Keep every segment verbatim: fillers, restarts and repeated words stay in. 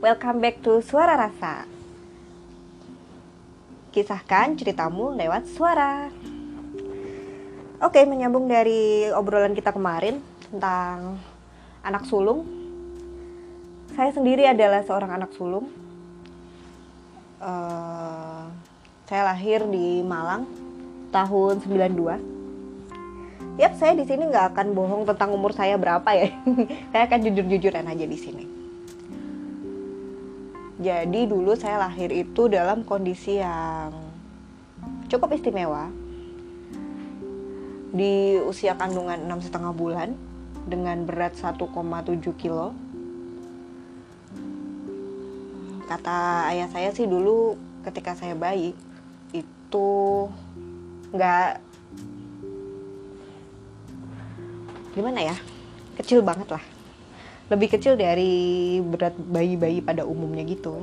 Welcome back to Suara Rasa. Kisahkan ceritamu lewat suara. Oke, menyambung dari obrolan kita kemarin tentang anak sulung. Saya sendiri adalah seorang anak sulung. uh, Saya lahir di Malang tahun sembilan dua. Yap, saya di sini nggak akan bohong tentang umur saya berapa ya. Saya akan jujur-jujuran aja di sini. Jadi dulu saya lahir itu dalam kondisi yang cukup istimewa. Di usia kandungan enam setengah bulan dengan berat satu koma tujuh kilo. Kata ayah saya sih dulu ketika saya bayi itu nggak, gimana ya, kecil banget lah, lebih kecil dari berat bayi-bayi pada umumnya gitu.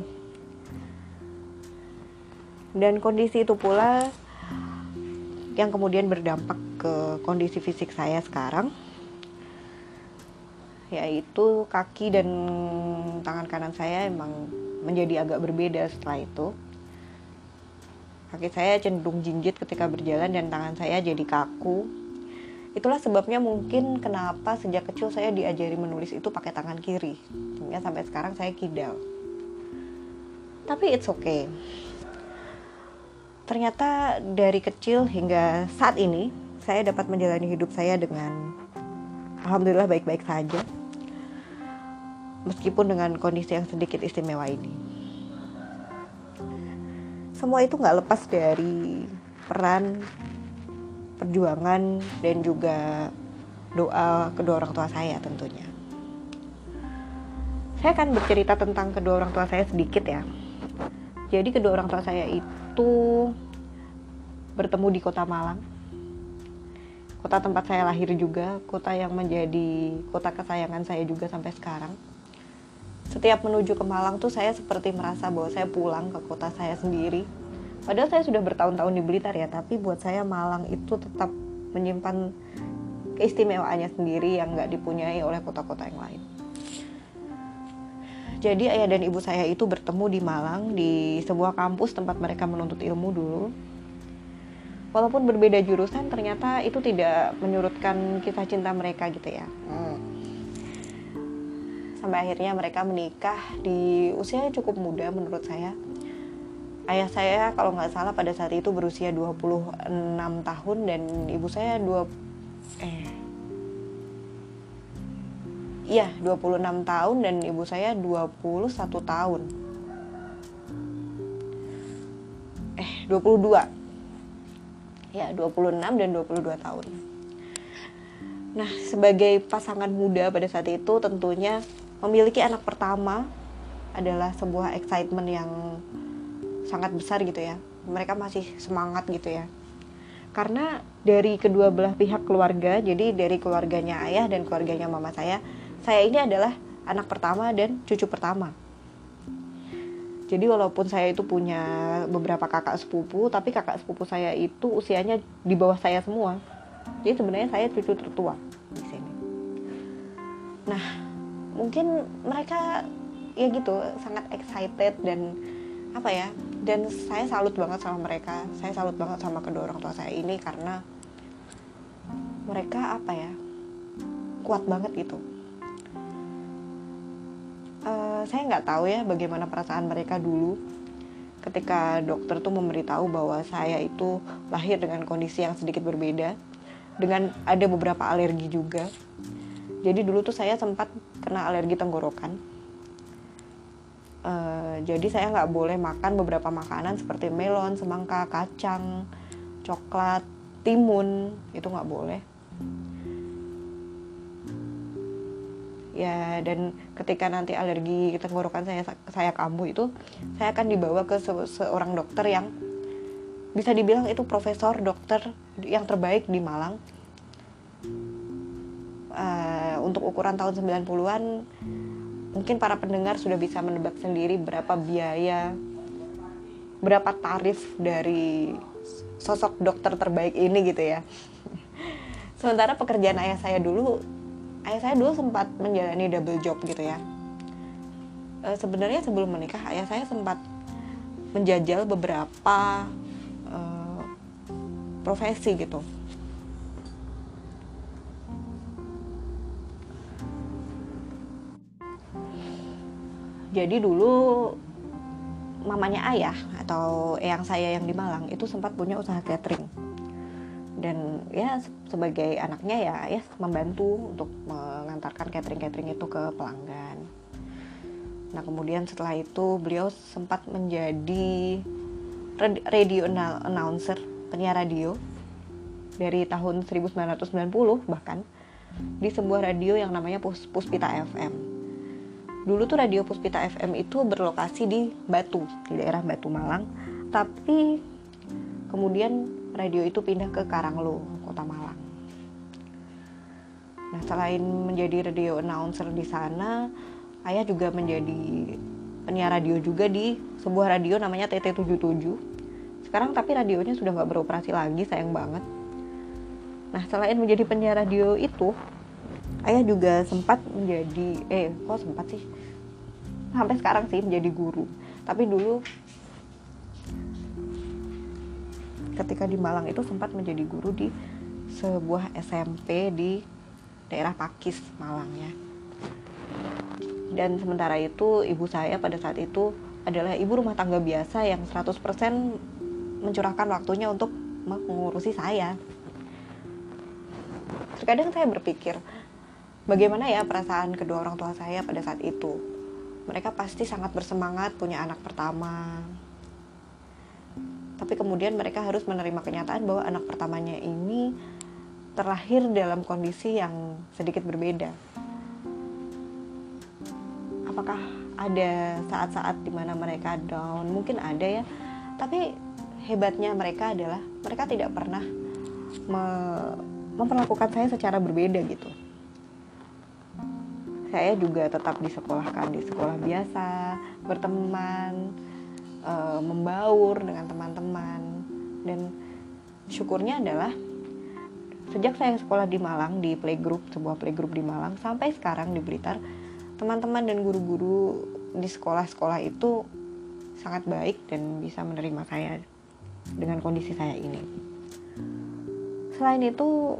Dan kondisi itu pula yang kemudian berdampak ke kondisi fisik saya sekarang, yaitu kaki dan tangan kanan saya emang menjadi agak berbeda setelah itu. Kaki saya cenderung jinjit ketika berjalan dan tangan saya jadi kaku. Itulah sebabnya mungkin kenapa sejak kecil saya diajari menulis itu pakai tangan kiri, sehingga sampai sekarang saya kidal. Tapi it's okay. Ternyata dari kecil hingga saat ini saya dapat menjalani hidup saya dengan alhamdulillah baik-baik saja, meskipun dengan kondisi yang sedikit istimewa ini. Semua itu gak lepas dari peran, perjuangan, dan juga doa kedua orang tua saya tentunya. Saya akan bercerita tentang kedua orang tua saya sedikit ya. Jadi kedua orang tua saya itu bertemu di kota Malang. Kota tempat saya lahir juga, kota yang menjadi kota kesayangan saya juga sampai sekarang. Setiap menuju ke Malang tuh saya seperti merasa bahwa saya pulang ke kota saya sendiri. Padahal saya sudah bertahun-tahun di Blitar ya, tapi buat saya Malang itu tetap menyimpan keistimewaannya sendiri yang gak dipunyai oleh kota-kota yang lain. Jadi ayah dan ibu saya itu bertemu di Malang, di sebuah kampus tempat mereka menuntut ilmu dulu. Walaupun berbeda jurusan, ternyata itu tidak menyurutkan kisah cinta mereka gitu ya. Hmm. Sampai akhirnya mereka menikah di usia yang cukup muda menurut saya. Ayah saya kalau nggak salah pada saat itu berusia dua puluh enam tahun dan ibu saya dua eh iya dua puluh enam tahun dan ibu saya dua puluh satu tahun. Eh dua puluh dua. Ya, dua puluh enam dan dua puluh dua tahun. Nah, sebagai pasangan muda pada saat itu tentunya memiliki anak pertama adalah sebuah excitement yang sangat besar gitu ya. Mereka masih semangat gitu ya. Karena dari kedua belah pihak keluarga, jadi dari keluarganya ayah dan keluarganya mama saya, saya ini adalah anak pertama dan cucu pertama. Jadi walaupun saya itu punya beberapa kakak sepupu, tapi kakak sepupu saya itu usianya di bawah saya semua. Jadi sebenarnya saya cucu tertua di sini. Nah, mungkin mereka ya gitu sangat excited dan apa ya, dan saya salut banget sama mereka. Saya salut banget sama kedua orang tua saya ini karena mereka apa ya, kuat banget gitu. Uh, saya nggak tahu ya bagaimana perasaan mereka dulu ketika dokter tuh memberitahu bahwa saya itu lahir dengan kondisi yang sedikit berbeda, dengan ada beberapa alergi juga. Jadi dulu tuh saya sempat kena alergi tenggorokan. Uh, jadi saya nggak boleh makan beberapa makanan seperti melon, semangka, kacang, coklat, timun, itu nggak boleh. Ya, dan ketika nanti alergi tenggorokan saya saya kambuh itu, saya akan dibawa ke se- seorang dokter yang bisa dibilang itu profesor dokter yang terbaik di Malang. Uh, untuk ukuran tahun sembilan puluhan, mungkin para pendengar sudah bisa menebak sendiri berapa biaya, berapa tarif dari sosok dokter terbaik ini gitu ya. Sementara pekerjaan ayah saya dulu, ayah saya dulu sempat menjalani double job gitu ya. e, sebenarnya sebelum menikah ayah saya sempat menjajal beberapa e, profesi gitu. Jadi dulu mamanya ayah atau eyang saya yang di Malang itu sempat punya usaha catering. Dan ya sebagai anaknya ya ayah membantu untuk mengantarkan catering-catering itu ke pelanggan. Nah kemudian setelah itu beliau sempat menjadi radio announcer, penyiar radio dari tahun seribu sembilan ratus sembilan puluh bahkan di sebuah radio yang namanya Pus- Puspita F M. Dulu tuh radio Puspita F M itu berlokasi di Batu, di daerah Batu Malang, tapi kemudian radio itu pindah ke Karanglo, Kota Malang. Nah, selain menjadi radio announcer di sana, ayah juga menjadi penyiar radio juga di sebuah radio namanya T T tujuh puluh tujuh. Sekarang tapi radionya sudah nggak beroperasi lagi, sayang banget. Nah, selain menjadi penyiar radio itu, ayah juga sempat menjadi, eh kok sempat sih? Sampai sekarang sih menjadi guru. Tapi dulu ketika di Malang itu sempat menjadi guru di sebuah S M P di daerah Pakis, Malang ya. Dan sementara itu ibu saya pada saat itu adalah ibu rumah tangga biasa yang seratus persen mencurahkan waktunya untuk mengurusi saya. Terkadang saya berpikir, bagaimana ya perasaan kedua orang tua saya pada saat itu? Mereka pasti sangat bersemangat punya anak pertama. Tapi kemudian mereka harus menerima kenyataan bahwa anak pertamanya ini terlahir dalam kondisi yang sedikit berbeda. Apakah ada saat-saat di mana mereka down? Mungkin ada ya. Tapi hebatnya mereka adalah mereka tidak pernah me- memperlakukan saya secara berbeda gitu. Saya juga tetap disekolahkan di sekolah biasa, berteman, e, membaur dengan teman-teman. Dan syukurnya adalah sejak saya sekolah di Malang, di playgroup, sebuah playgroup di Malang, sampai sekarang di Blitar, teman-teman dan guru-guru di sekolah-sekolah itu sangat baik dan bisa menerima saya dengan kondisi saya ini. Selain itu,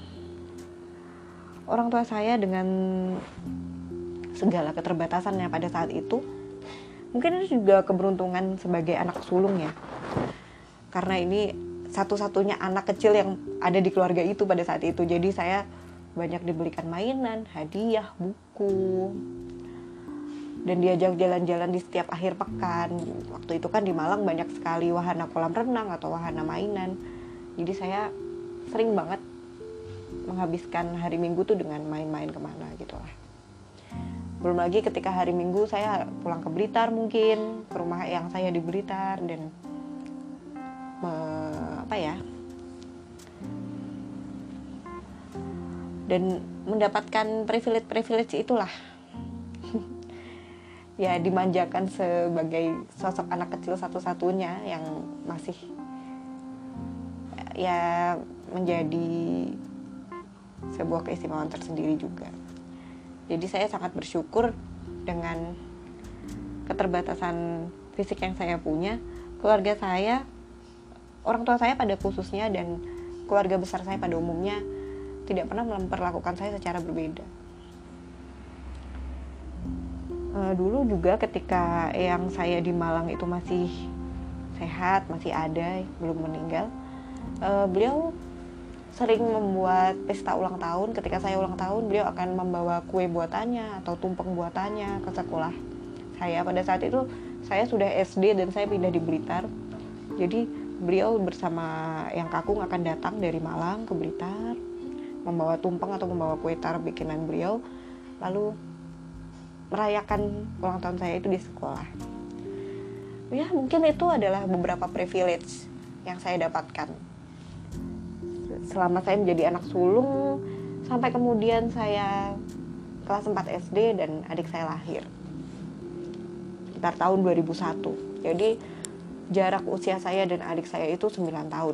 orang tua saya dengan segala keterbatasannya pada saat itu, mungkin itu juga keberuntungan sebagai anak sulung ya, karena ini satu-satunya anak kecil yang ada di keluarga itu pada saat itu. Jadi saya banyak dibelikan mainan, hadiah, buku, dan diajak jalan-jalan di setiap akhir pekan. Waktu itu kan di Malang banyak sekali wahana kolam renang atau wahana mainan. Jadi saya sering banget menghabiskan hari Minggu tuh dengan main-main kemana gitu lah. Belum lagi ketika hari Minggu saya pulang ke Blitar, mungkin ke rumah yang saya di Blitar, dan me, apa ya dan mendapatkan privilege-privilege itulah. Ya dimanjakan sebagai sosok anak kecil satu-satunya yang masih ya menjadi sebuah keistimewaan tersendiri juga. Jadi saya sangat bersyukur dengan keterbatasan fisik yang saya punya. Keluarga saya, orang tua saya pada khususnya, dan keluarga besar saya pada umumnya tidak pernah memperlakukan saya secara berbeda. Uh, dulu juga ketika eyang saya di Malang itu masih sehat, masih ada, belum meninggal, uh, beliau sering membuat pesta ulang tahun. Ketika saya ulang tahun, beliau akan membawa kue buatannya atau tumpeng buatannya ke sekolah saya. Pada saat itu saya sudah S D dan saya pindah di Blitar. Jadi beliau bersama eyang kakung akan datang dari Malang ke Blitar, membawa tumpeng atau membawa kue tar bikinan beliau, lalu merayakan ulang tahun saya itu di sekolah. Ya mungkin itu adalah beberapa privilege yang saya dapatkan selama saya menjadi anak sulung, sampai kemudian saya kelas empat S D dan adik saya lahir sekitar tahun dua ribu satu. Jadi jarak usia saya dan adik saya itu sembilan tahun.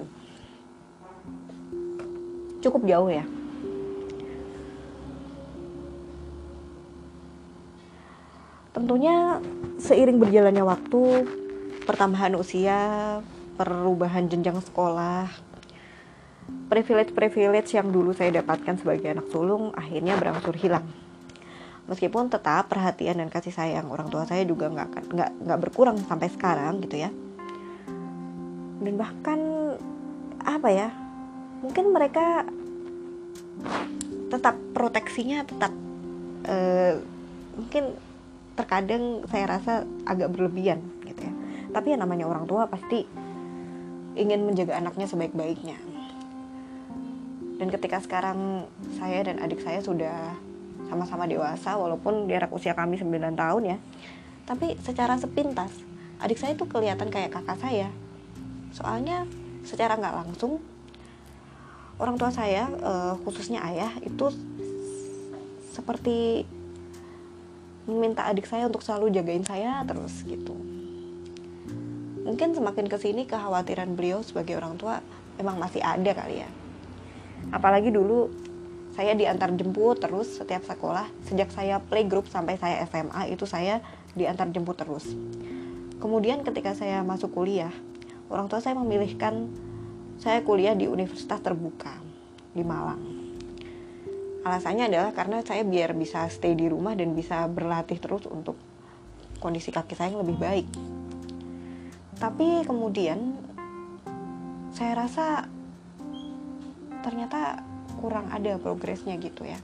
Cukup jauh ya. Tentunya seiring berjalannya waktu, pertambahan usia, perubahan jenjang sekolah, privilege-privilege yang dulu saya dapatkan sebagai anak sulung akhirnya berangsur hilang. Meskipun tetap perhatian dan kasih sayang orang tua saya juga nggak nggak nggak berkurang sampai sekarang gitu ya. Dan bahkan apa ya, mungkin mereka tetap proteksinya tetap eh, mungkin terkadang saya rasa agak berlebihan gitu ya. Tapi yang namanya orang tua pasti ingin menjaga anaknya sebaik-baiknya. Dan ketika sekarang saya dan adik saya sudah sama-sama dewasa, walaupun jarak usia kami sembilan tahun ya, tapi secara sepintas adik saya tuh kelihatan kayak kakak saya. Soalnya secara nggak langsung orang tua saya, eh, khususnya ayah, itu seperti meminta adik saya untuk selalu jagain saya terus gitu. Mungkin semakin kesini kekhawatiran beliau sebagai orang tua emang masih ada kali ya. Apalagi dulu saya diantar jemput terus setiap sekolah. Sejak saya playgroup sampai saya S M A itu saya diantar jemput terus. Kemudian ketika saya masuk kuliah, orang tua saya memilihkan saya kuliah di universitas terbuka di Malang. Alasannya adalah karena saya biar bisa stay di rumah dan bisa berlatih terus untuk kondisi kaki saya yang lebih baik. Tapi kemudian saya rasa ternyata kurang ada progresnya gitu ya.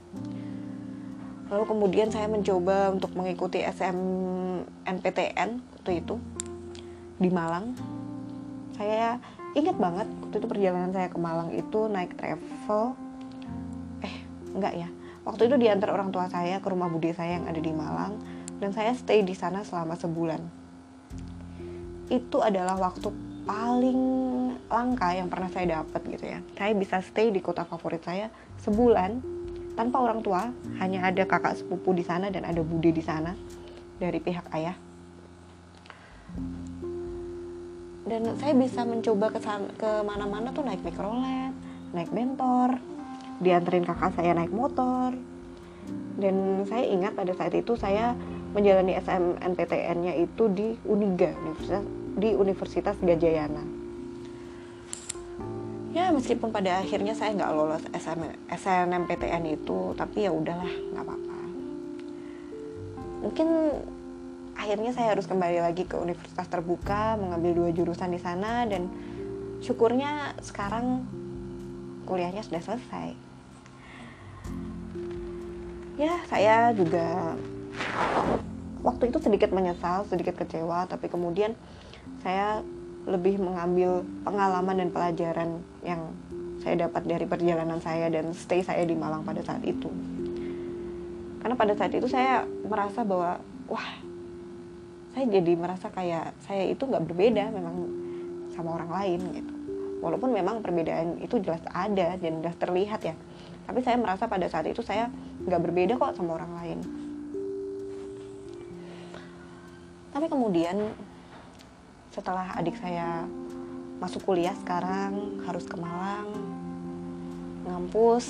Lalu kemudian saya mencoba untuk mengikuti S M N P T N waktu itu di Malang. Saya ingat banget waktu itu perjalanan saya ke Malang itu naik travel. Enggak ya, waktu itu diantar orang tua saya ke rumah bude saya yang ada di Malang, dan saya stay di sana selama sebulan. Itu adalah waktu paling langka yang pernah saya dapat gitu ya. Saya bisa stay di kota favorit saya sebulan tanpa orang tua, hanya ada kakak sepupu di sana dan ada bude di sana dari pihak ayah. Dan saya bisa mencoba ke mana-mana tuh naik mikrolet, naik bentor, dianterin kakak saya naik motor. Dan saya ingat pada saat itu saya menjalani S M N P T N-nya itu di Uniga, Universitas, di Universitas Gadjayana. Ya meskipun pada akhirnya saya nggak lolos S N M P T N itu, tapi ya udahlah, nggak apa-apa. Mungkin akhirnya saya harus kembali lagi ke Universitas Terbuka, mengambil dua jurusan di sana, dan syukurnya sekarang kuliahnya sudah selesai. Ya, saya juga waktu itu sedikit menyesal, sedikit kecewa, tapi kemudian saya lebih mengambil pengalaman dan pelajaran yang saya dapat dari perjalanan saya dan stay saya di Malang pada saat itu. Karena pada saat itu saya merasa bahwa, wah, saya jadi merasa kayak saya itu nggak berbeda memang sama orang lain gitu. Walaupun memang perbedaan itu jelas ada dan jelas terlihat ya, tapi saya merasa pada saat itu saya nggak berbeda kok sama orang lain. Tapi kemudian setelah adik saya masuk kuliah sekarang, harus ke Malang, ngampus,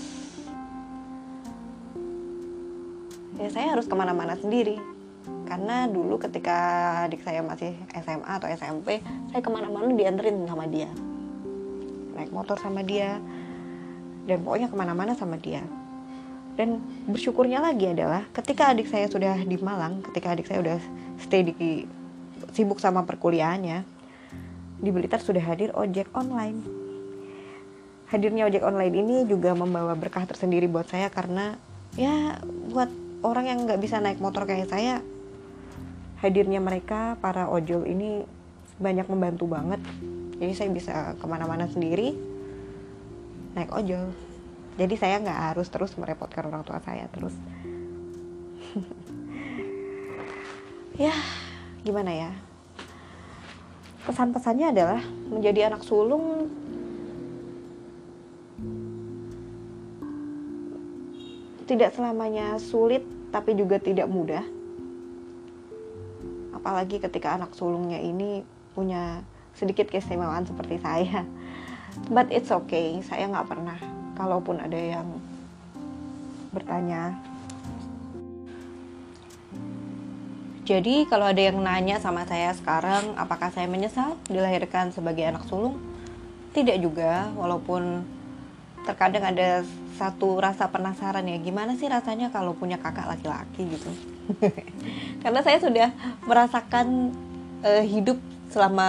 ya saya harus kemana-mana sendiri. Karena dulu ketika adik saya masih S M A atau S M P, saya kemana-mana dianterin sama dia, naik motor sama dia, dan pokoknya kemana-mana sama dia. Dan bersyukurnya lagi adalah ketika adik saya sudah di Malang, ketika adik saya udah stay di, sibuk sama perkuliahannya, di Blitar sudah hadir ojek online. Hadirnya ojek online ini juga membawa berkah tersendiri buat saya, karena ya buat orang yang nggak bisa naik motor kayak saya, hadirnya mereka, para ojol ini banyak membantu banget. Jadi saya bisa kemana-mana sendiri naik ojol. Jadi saya nggak harus terus merepotkan orang tua saya terus. Ya, gimana ya? Pesan-pesannya adalah menjadi anak sulung tidak selamanya sulit, tapi juga tidak mudah. Apalagi ketika anak sulungnya ini punya sedikit keistimewaan seperti saya. But it's okay, saya nggak pernah. Kalaupun ada yang bertanya, Jadi kalau ada yang nanya sama saya sekarang, apakah saya menyesal dilahirkan sebagai anak sulung? Tidak juga, walaupun terkadang ada satu rasa penasaran ya, gimana sih rasanya kalau punya kakak laki-laki gitu. Karena saya sudah merasakan uh, hidup selama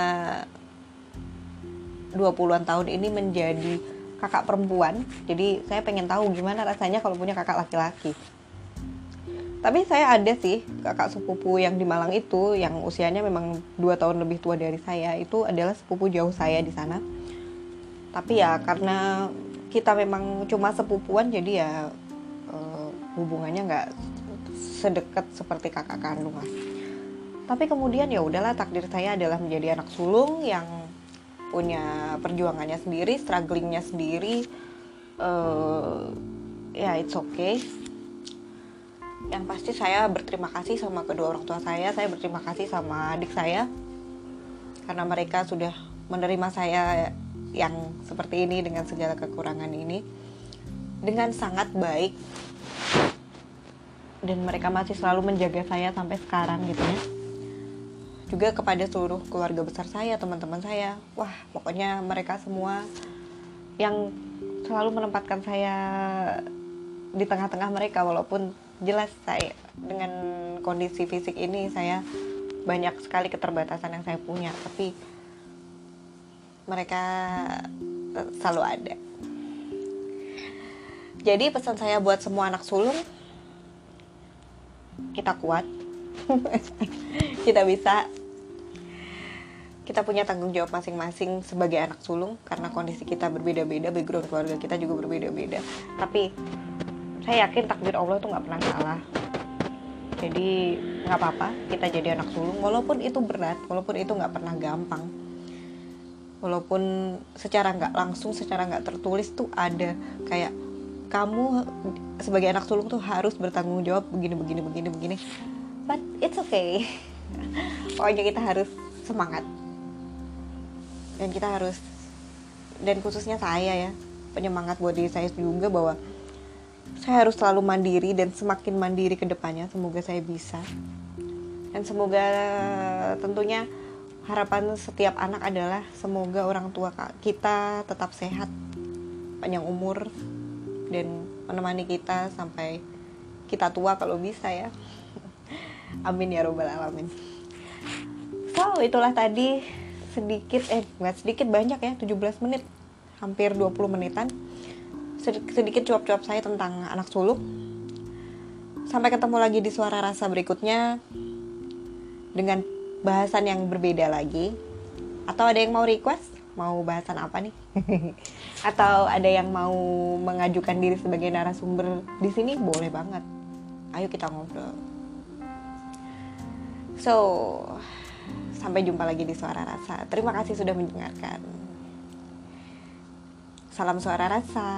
dua puluhan tahun ini menjadi kakak perempuan. Jadi saya pengen tahu gimana rasanya kalau punya kakak laki-laki. Tapi saya ada sih kakak sepupu yang di Malang itu, yang usianya memang dua tahun lebih tua dari saya. Itu adalah sepupu jauh saya di sana. Tapi ya karena kita memang cuma sepupuan, jadi ya uh, hubungannya nggak sedekat seperti kakak kandung lah. Tapi kemudian ya udahlah, takdir saya adalah menjadi anak sulung yang punya perjuangannya sendiri, strugglingnya sendiri. Uh, ya it's okay. Yang pasti saya berterima kasih sama kedua orang tua saya, saya berterima kasih sama adik saya, karena mereka sudah menerima saya yang seperti ini dengan segala kekurangan ini dengan sangat baik, dan mereka masih selalu menjaga saya sampai sekarang gitu ya. Juga kepada seluruh keluarga besar saya, teman-teman saya, wah pokoknya mereka semua yang selalu menempatkan saya di tengah-tengah mereka, walaupun jelas saya dengan kondisi fisik ini saya banyak sekali keterbatasan yang saya punya, tapi mereka selalu ada. Jadi pesan saya buat semua anak sulung, kita kuat. Kita bisa. Kita punya tanggung jawab masing-masing sebagai anak sulung, karena kondisi kita berbeda-beda, background keluarga kita juga berbeda-beda. Tapi saya yakin takdir Allah itu gak pernah salah. Jadi gak apa-apa kita jadi anak sulung, walaupun itu berat, walaupun itu gak pernah gampang, walaupun secara gak langsung, secara gak tertulis tuh ada kayak kamu sebagai anak sulung tuh harus bertanggung jawab begini, begini, begini, begini. But it's okay. Pokoknya kita harus semangat, dan kita harus, dan khususnya saya ya, penyemangat buat diri saya juga, bahwa saya harus selalu mandiri, dan semakin mandiri ke depannya semoga saya bisa. Dan semoga tentunya harapan setiap anak adalah semoga orang tua kita tetap sehat, panjang umur, dan menemani kita sampai kita tua kalau bisa ya. Amin ya robbal alamin. So itulah tadi sedikit, eh nggak sedikit, banyak ya, tujuh belas menit, hampir dua puluh menitan, sedikit cuap-cuap saya tentang anak sulung. Sampai ketemu lagi di Suara Rasa berikutnya dengan bahasan yang berbeda lagi. Atau ada yang mau request, mau bahasan apa nih? Atau ada yang mau mengajukan diri sebagai narasumber di sini, boleh banget. Ayo kita ngobrol. So, sampai jumpa lagi di Suara Rasa. Terima kasih sudah mendengarkan. Salam Suara Rasa.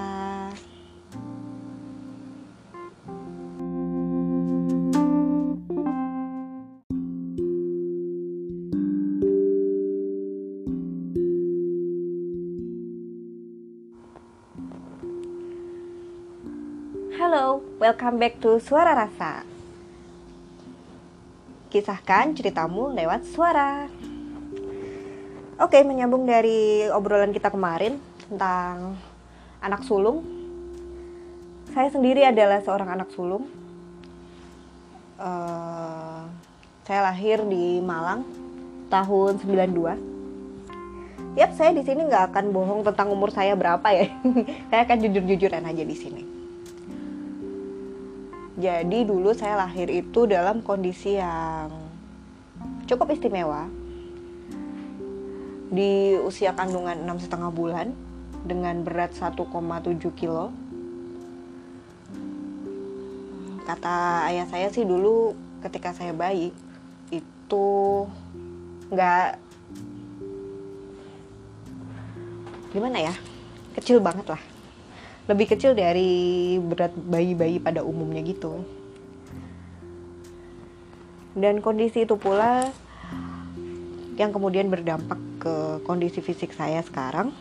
Halo, welcome back to Suara Rasa. Kisahkan ceritamu lewat suara. Oke, menyambung dari obrolan kita kemarin tentang anak sulung. Saya sendiri adalah seorang anak sulung. Uh, saya lahir di Malang tahun sembilan dua. Yap, saya di sini nggak akan bohong tentang umur saya berapa ya. Saya akan jujur-jujuran aja di sini. Jadi dulu saya lahir itu dalam kondisi yang cukup istimewa. Di usia kandungan enam setengah bulan dengan berat satu koma tujuh kilo. Kata ayah saya sih dulu ketika saya bayi itu nggak, gimana ya, kecil banget lah. Lebih kecil dari berat bayi-bayi pada umumnya gitu. Dan kondisi itu pula yang kemudian berdampak ke kondisi fisik saya sekarang,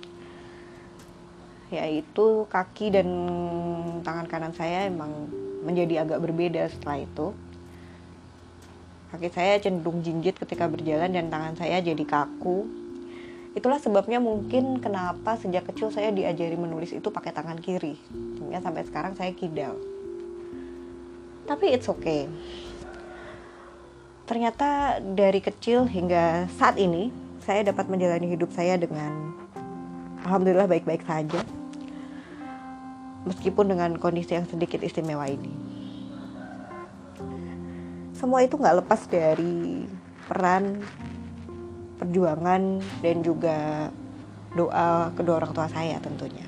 yaitu kaki dan tangan kanan saya emang menjadi agak berbeda setelah itu. Kaki saya cenderung jinjit ketika berjalan dan tangan saya jadi kaku. Itulah sebabnya mungkin kenapa sejak kecil saya diajari menulis itu pakai tangan kiri, sehingga sampai sekarang saya kidal. Tapi it's okay. Ternyata dari kecil hingga saat ini saya dapat menjalani hidup saya dengan alhamdulillah baik-baik saja, meskipun dengan kondisi yang sedikit istimewa ini. Semua itu gak lepas dari peran, perjuangan, dan juga doa kedua orang tua saya tentunya.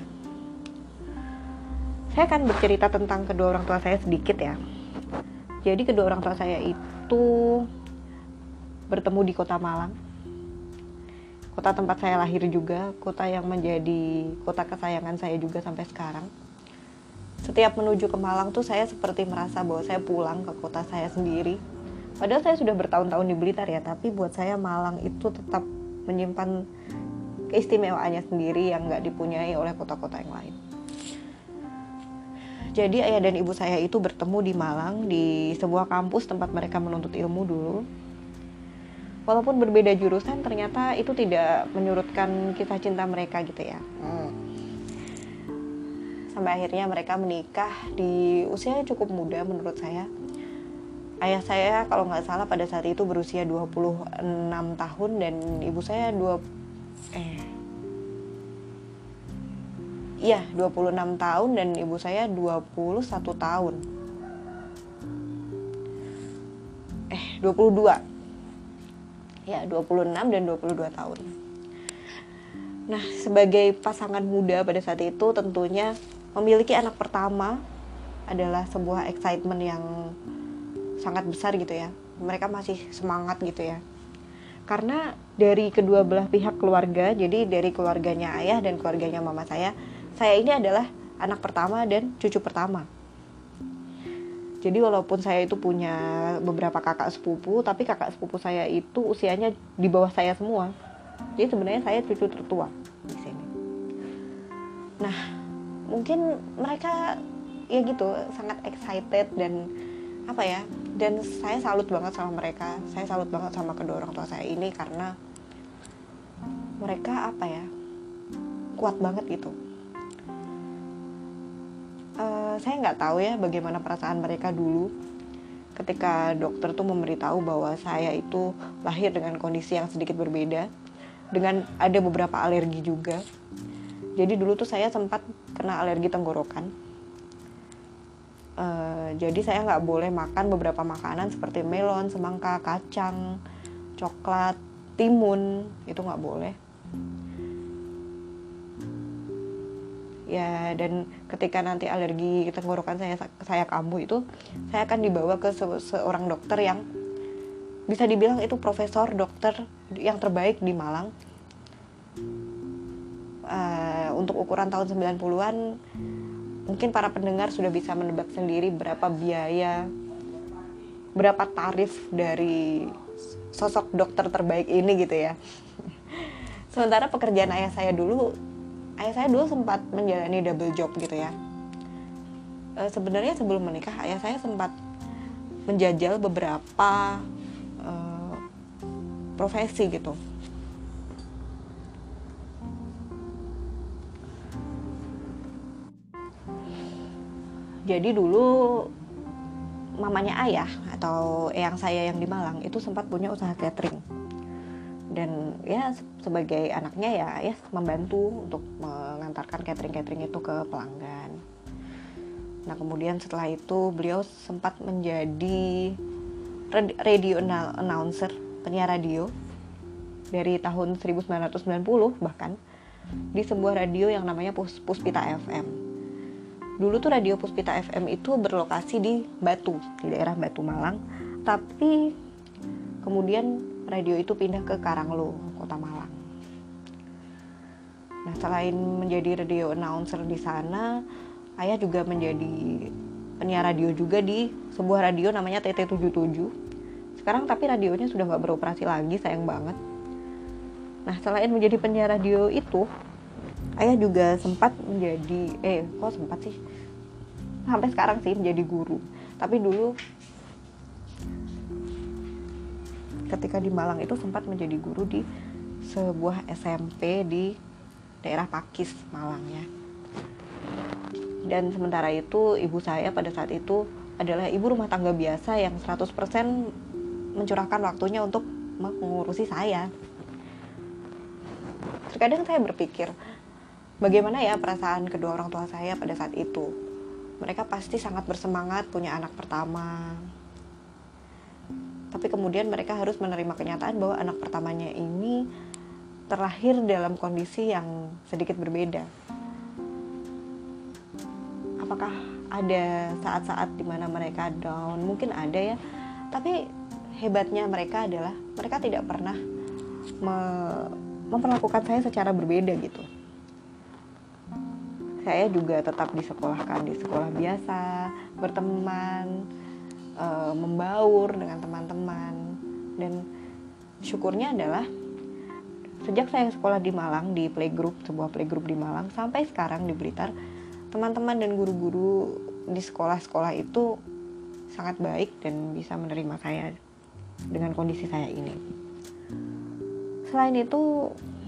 Saya akan bercerita tentang kedua orang tua saya sedikit ya. Jadi kedua orang tua saya itu bertemu di kota Malang. Kota tempat saya lahir juga, kota yang menjadi kota kesayangan saya juga sampai sekarang. Setiap menuju ke Malang tuh saya seperti merasa bahwa saya pulang ke kota saya sendiri. Padahal saya sudah bertahun-tahun di Blitar ya, tapi buat saya Malang itu tetap menyimpan keistimewaannya sendiri yang gak dipunyai oleh kota-kota yang lain. Jadi ayah dan ibu saya itu bertemu di Malang, di sebuah kampus tempat mereka menuntut ilmu dulu. Walaupun berbeda jurusan, ternyata itu tidak menyurutkan kisah cinta mereka gitu ya. Hmm. Sampai akhirnya mereka menikah di usia yang cukup muda menurut saya. Ayah saya kalau nggak salah pada saat itu berusia dua puluh enam tahun dan ibu saya dua eh iya dua puluh enam tahun dan ibu saya dua puluh satu tahun. Eh dua puluh dua. Ya, dua puluh enam dan dua puluh dua tahun. Nah, sebagai pasangan muda pada saat itu tentunya memiliki anak pertama adalah sebuah excitement yang sangat besar gitu ya. Mereka masih semangat gitu ya. Karena dari kedua belah pihak keluarga, jadi dari keluarganya ayah dan keluarganya mama saya, saya ini adalah anak pertama dan cucu pertama. Jadi walaupun saya itu punya beberapa kakak sepupu, tapi kakak sepupu saya itu usianya di bawah saya semua. Jadi sebenarnya saya cucu tertua di sini. Nah, mungkin mereka ya gitu sangat excited dan apa ya, dan saya salut banget sama mereka. Saya salut banget sama kedua orang tua saya ini karena mereka apa ya, kuat banget gitu. Uh, saya nggak tahu ya bagaimana perasaan mereka dulu ketika dokter tuh memberitahu bahwa saya itu lahir dengan kondisi yang sedikit berbeda, dengan ada beberapa alergi juga. Jadi dulu tuh saya sempat kena alergi tenggorokan. Uh, jadi saya nggak boleh makan beberapa makanan seperti melon, semangka, kacang, coklat, timun, itu nggak boleh. Ya, dan ketika nanti alergi tenggorokan saya saya kambuh itu, saya akan dibawa ke se- seorang dokter yang bisa dibilang itu profesor dokter yang terbaik di Malang. Uh, untuk ukuran tahun sembilan puluhan, mungkin para pendengar sudah bisa menebak sendiri berapa biaya, berapa tarif dari sosok dokter terbaik ini gitu ya. Sementara pekerjaan ayah saya dulu, ayah saya dulu sempat menjalani double job gitu ya. E, sebenarnya sebelum menikah, ayah saya sempat menjajal beberapa e, profesi gitu. Jadi dulu mamanya ayah atau eyang saya yang di Malang itu sempat punya usaha catering. Dan ya sebagai anaknya ya ayah membantu untuk mengantarkan catering-catering itu ke pelanggan. Nah kemudian setelah itu beliau sempat menjadi radio announcer, penyiar radio dari tahun seribu sembilan ratus sembilan puluh bahkan di sebuah radio yang namanya Pus- Puspita F M. Dulu tuh radio Puspita F M itu berlokasi di Batu, di daerah Batu Malang. Tapi kemudian radio itu pindah ke Karanglo, Kota Malang. Nah, selain menjadi radio announcer di sana, ayah juga menjadi penyiar radio juga di sebuah radio namanya T T tujuh puluh tujuh. Sekarang tapi radionya sudah nggak beroperasi lagi, sayang banget. Nah, selain menjadi penyiar radio itu, ayah juga sempat menjadi, eh kok sempat sih? Sampai sekarang sih menjadi guru. Tapi dulu ketika di Malang itu sempat menjadi guru di sebuah S M P di daerah Pakis, Malang ya. Dan sementara itu ibu saya pada saat itu adalah ibu rumah tangga biasa yang seratus persen mencurahkan waktunya untuk mengurusi saya. Terkadang saya berpikir, bagaimana ya perasaan kedua orang tua saya pada saat itu. Mereka pasti sangat bersemangat punya anak pertama. Tapi kemudian mereka harus menerima kenyataan bahwa anak pertamanya ini terlahir dalam kondisi yang sedikit berbeda. Apakah ada saat-saat dimana mereka down? Mungkin ada ya. Tapi hebatnya mereka adalah mereka tidak pernah me- memperlakukan saya secara berbeda gitu. Saya juga tetap disekolahkan di sekolah biasa, berteman, e, membaur dengan teman-teman. Dan syukurnya adalah sejak saya sekolah di Malang, di playgroup, sebuah playgroup di Malang, sampai sekarang di Blitar, teman-teman dan guru-guru di sekolah-sekolah itu sangat baik dan bisa menerima saya dengan kondisi saya ini. Selain itu,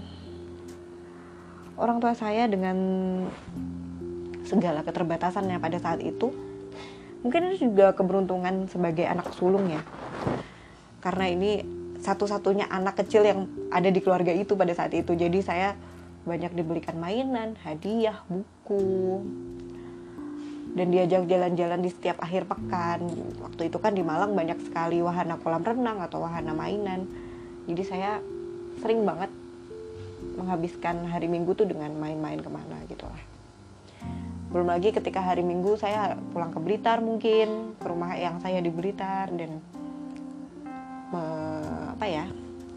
orang tua saya dengan segala keterbatasannya pada saat itu, mungkin ini juga keberuntungan sebagai anak sulung ya, karena ini satu-satunya anak kecil yang ada di keluarga itu pada saat itu. Jadi saya banyak dibelikan mainan, hadiah, buku, dan diajak jalan-jalan di setiap akhir pekan. Waktu itu kan di Malang banyak sekali wahana kolam renang atau wahana mainan. Jadi saya sering banget menghabiskan hari Minggu tuh dengan main-main kemana gitu lah. Belum lagi ketika hari Minggu saya pulang ke Blitar, mungkin ke rumah eyang saya di Blitar, dan me, apa ya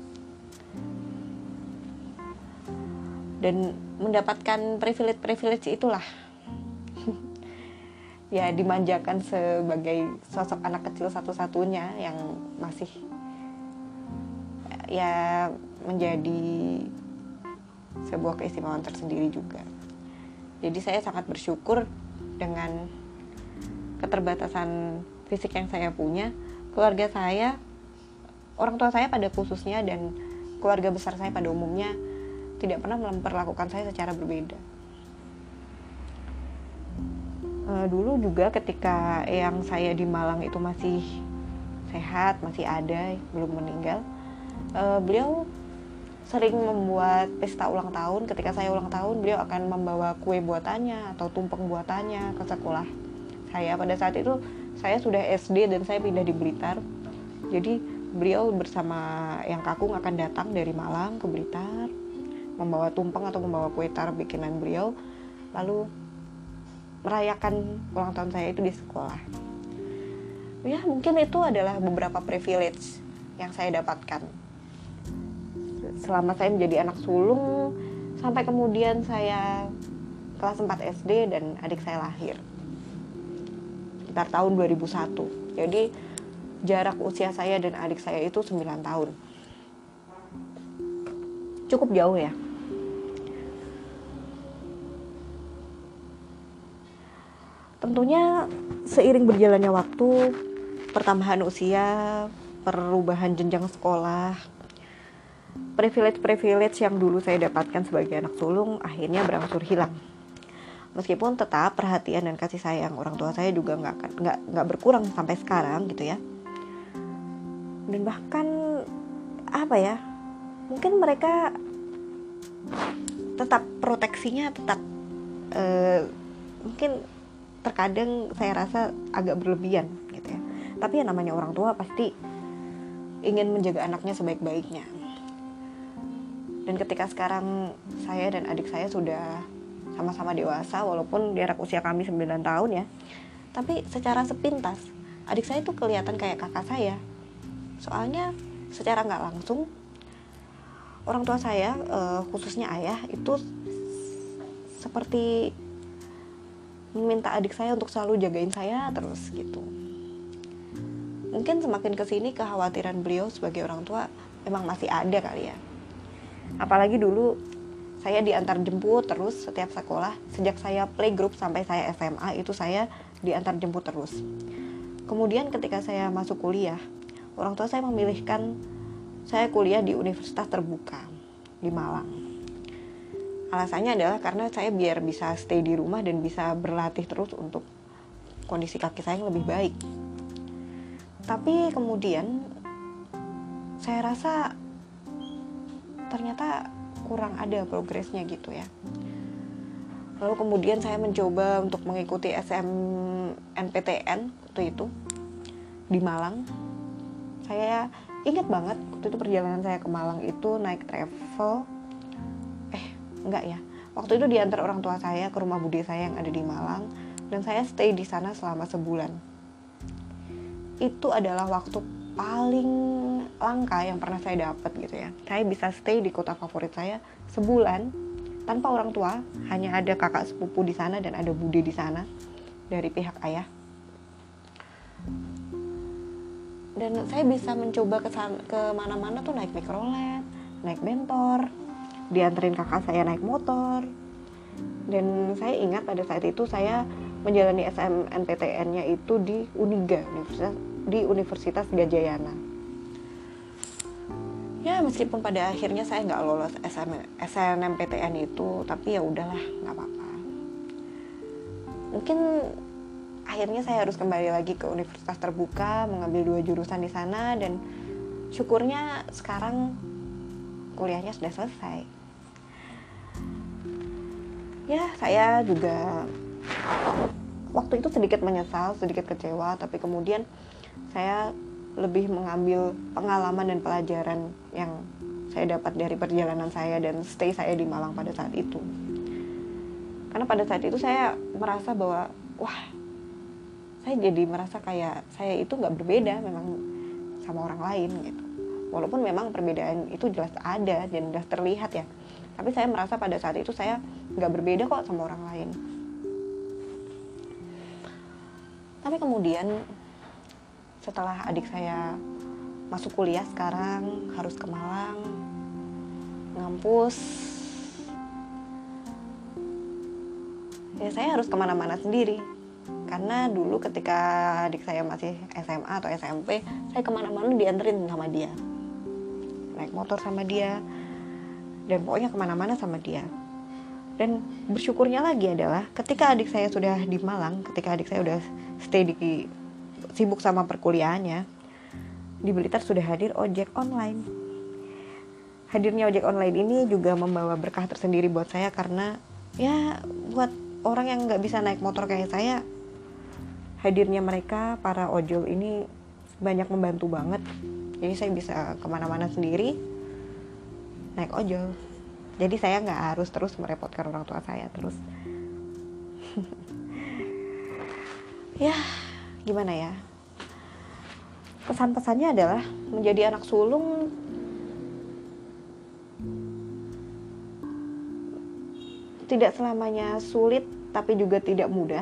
dan mendapatkan privilege-privilege itulah. Ya, dimanjakan sebagai sosok anak kecil satu-satunya yang masih ya menjadi sebuah keistimewaan tersendiri juga. Jadi saya sangat bersyukur dengan keterbatasan fisik yang saya punya. Keluarga saya, orang tua saya pada khususnya, dan keluarga besar saya pada umumnya tidak pernah memperlakukan saya secara berbeda. Uh, dulu juga ketika eyang saya di Malang itu masih sehat, masih ada, belum meninggal, uh, beliau sering membuat pesta ulang tahun. Ketika saya ulang tahun, beliau akan membawa kue buatannya atau tumpeng buatannya ke sekolah saya. Pada saat itu saya sudah S D dan saya pindah di Blitar. Jadi beliau bersama eyang kakung akan datang dari Malang ke Blitar, membawa tumpeng atau membawa kue tar bikinan beliau, lalu merayakan ulang tahun saya itu di sekolah. Ya, mungkin itu adalah beberapa privilege yang saya dapatkan selama saya menjadi anak sulung, sampai kemudian saya kelas empat S D dan adik saya lahir sekitar tahun dua ribu satu. Jadi jarak usia saya dan adik saya itu sembilan tahun. Cukup jauh ya. Tentunya seiring berjalannya waktu, pertambahan usia, perubahan jenjang sekolah, privilege-privilege yang dulu saya dapatkan sebagai anak sulung akhirnya berangsur hilang. Meskipun tetap perhatian dan kasih sayang orang tua saya juga nggak nggak nggak berkurang sampai sekarang gitu ya. Dan bahkan apa ya, mungkin mereka tetap proteksinya tetap eh, mungkin terkadang saya rasa agak berlebihan gitu ya. Tapi ya namanya orang tua pasti ingin menjaga anaknya sebaik-baiknya. Dan ketika sekarang saya dan adik saya sudah sama-sama dewasa, walaupun jarak usia kami sembilan tahun ya, tapi secara sepintas adik saya tuh kelihatan kayak kakak saya. Soalnya secara nggak langsung orang tua saya, eh, khususnya ayah, itu seperti meminta adik saya untuk selalu jagain saya terus gitu. Mungkin semakin kesini kekhawatiran beliau sebagai orang tua memang masih ada kali ya. Apalagi dulu saya diantar jemput terus setiap sekolah. Sejak saya playgroup sampai saya S M A itu saya diantar jemput terus. Kemudian ketika saya masuk kuliah, orang tua saya memilihkan saya kuliah di Universitas Terbuka di Malang. Alasannya adalah karena saya biar bisa stay di rumah dan bisa berlatih terus untuk kondisi kaki saya yang lebih baik. Tapi kemudian saya rasa ternyata kurang ada progresnya gitu ya. Lalu kemudian saya mencoba untuk mengikuti S M N P T N waktu itu di Malang. Saya ingat banget waktu itu perjalanan saya ke Malang itu naik travel. Eh, enggak ya. Waktu itu diantar orang tua saya ke rumah bude saya yang ada di Malang dan saya stay di sana selama sebulan. Itu adalah waktu paling langka yang pernah saya dapat gitu ya. Saya bisa stay di kota favorit saya sebulan tanpa orang tua, hanya ada kakak sepupu di sana dan ada bude di sana dari pihak ayah. Dan saya bisa mencoba ke kemana-mana tuh naik mikrolet, naik bentor, dianterin kakak saya naik motor. Dan saya ingat pada saat itu saya menjalani S M N P T N-nya itu di Uniga, Universitas, di Universitas Gadjayana. Ya meskipun pada akhirnya saya nggak lolos S N M P T N itu, tapi ya udahlah, nggak apa-apa. Mungkin akhirnya saya harus kembali lagi ke Universitas Terbuka, mengambil dua jurusan di sana, dan syukurnya sekarang kuliahnya sudah selesai. Ya, saya juga waktu itu sedikit menyesal, sedikit kecewa, tapi kemudian saya lebih mengambil pengalaman dan pelajaran yang saya dapat dari perjalanan saya dan stay saya di Malang pada saat itu. Karena pada saat itu saya merasa bahwa, wah, saya jadi merasa kayak saya itu nggak berbeda memang sama orang lain gitu. Walaupun memang perbedaan itu jelas ada dan jelas terlihat ya. Tapi saya merasa pada saat itu saya nggak berbeda kok sama orang lain. Tapi kemudian setelah adik saya masuk kuliah sekarang, harus ke Malang, ngampus, ya saya harus kemana-mana sendiri. Karena dulu ketika adik saya masih S M A atau S M P, saya kemana-mana dianterin sama dia, naik motor sama dia, dan pokoknya kemana-mana sama dia. Dan bersyukurnya lagi adalah ketika adik saya sudah di Malang, ketika adik saya udah stay di, sibuk sama perkuliahannya, di Blitar sudah hadir ojek online. Hadirnya ojek online ini juga membawa berkah tersendiri buat saya, karena ya buat orang yang nggak bisa naik motor kayak saya, hadirnya mereka, para ojol ini banyak membantu banget. Jadi saya bisa kemana-mana sendiri naik ojol. Jadi saya nggak harus terus merepotkan orang tua saya terus. Ya, gimana ya? Pesan-pesannya adalah menjadi anak sulung tidak selamanya sulit, tapi juga tidak mudah.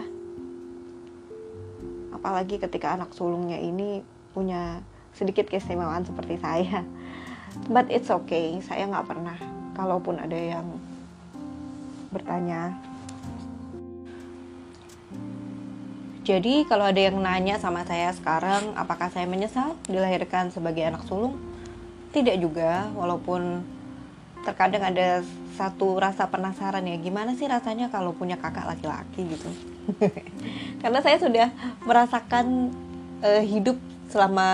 Apalagi ketika anak sulungnya ini punya sedikit keistimewaan seperti saya. But it's okay, saya nggak pernah. Kalaupun ada yang bertanya, jadi kalau ada yang nanya sama saya sekarang, apakah saya menyesal dilahirkan sebagai anak sulung? Tidak juga, walaupun terkadang ada satu rasa penasaran ya, gimana sih rasanya kalau punya kakak laki-laki gitu. Karena saya sudah merasakan uh, hidup selama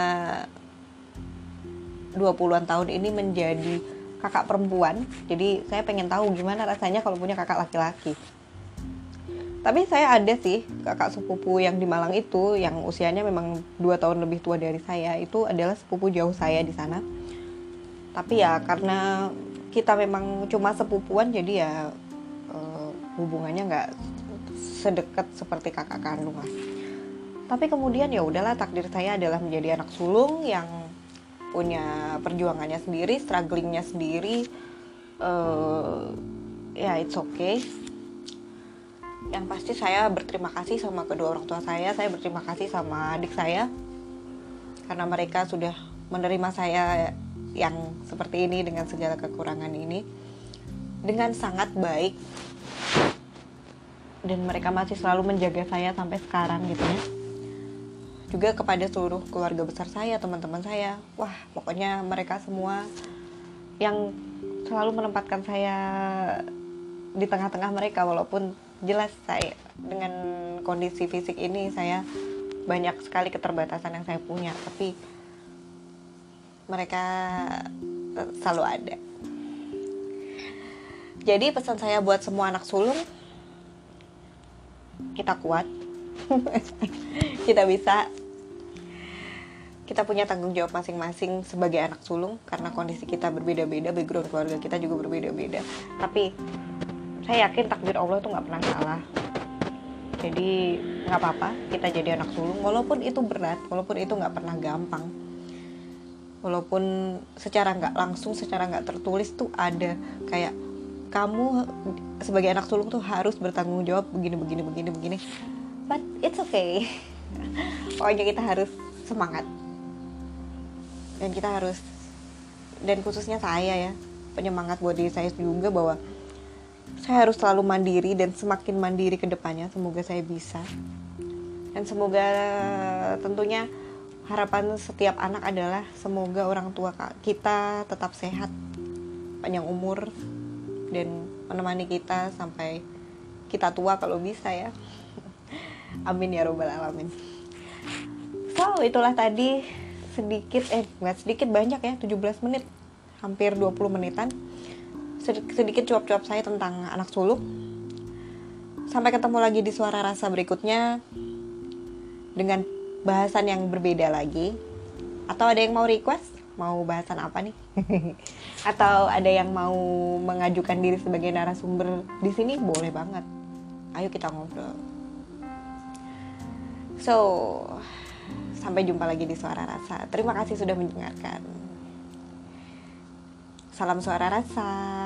dua puluhan tahun ini menjadi kakak perempuan. Jadi saya pengen tahu gimana rasanya kalau punya kakak laki-laki. Tapi saya ada sih kakak sepupu yang di Malang itu, yang usianya memang dua tahun lebih tua dari saya. Itu adalah sepupu jauh saya di sana. Tapi ya karena kita memang cuma sepupuan, jadi ya uh, hubungannya nggak sedekat seperti kakak kandung lah. Tapi kemudian ya udahlah, takdir saya adalah menjadi anak sulung yang punya perjuangannya sendiri, strugglingnya sendiri. Uh, ya it's okay. Yang pasti saya berterima kasih sama kedua orang tua saya. Saya berterima kasih sama adik saya, karena mereka sudah menerima saya yang seperti ini dengan segala kekurangan ini dengan sangat baik. Dan mereka masih selalu menjaga saya sampai sekarang gitu ya. juga kepada seluruh keluarga besar saya, teman-teman saya. Wah, pokoknya mereka semua yang selalu menempatkan saya di tengah-tengah mereka, walaupun jelas saya dengan kondisi fisik ini saya banyak sekali keterbatasan yang saya punya, tapi mereka selalu ada. Jadi pesan saya buat semua anak sulung, kita kuat. Kita bisa. Kita punya tanggung jawab masing-masing sebagai anak sulung, karena kondisi kita berbeda-beda, background keluarga kita juga berbeda-beda. Tapi saya yakin takdir Allah tuh nggak pernah salah. Jadi nggak apa-apa kita jadi anak sulung, walaupun itu berat, walaupun itu nggak pernah gampang, walaupun secara nggak langsung, secara nggak tertulis tuh ada kayak kamu sebagai anak sulung tuh harus bertanggung jawab begini begini begini begini. But it's okay. Pokoknya kita harus semangat. Dan kita harus, dan khususnya saya ya, penyemangat buat diri saya juga bahwa saya harus selalu mandiri dan semakin mandiri ke depannya. Semoga saya bisa. Dan semoga tentunya harapan setiap anak adalah semoga orang tua kita tetap sehat, panjang umur, dan menemani kita sampai kita tua kalau bisa ya. Amin ya robbal alamin. So itulah tadi sedikit, eh nggak sedikit, banyak ya, tujuh belas menit, hampir dua puluh menitan, sedikit cuap-cuap saya tentang anak sulung. Sampai ketemu lagi di Suara Rasa berikutnya dengan bahasan yang berbeda lagi. Atau ada yang mau request, mau bahasan apa nih? Atau ada yang mau mengajukan diri sebagai narasumber di sini, boleh banget. Ayo kita ngobrol. So, sampai jumpa lagi di Suara Rasa. Terima kasih sudah mendengarkan. Salam Suara Rasa.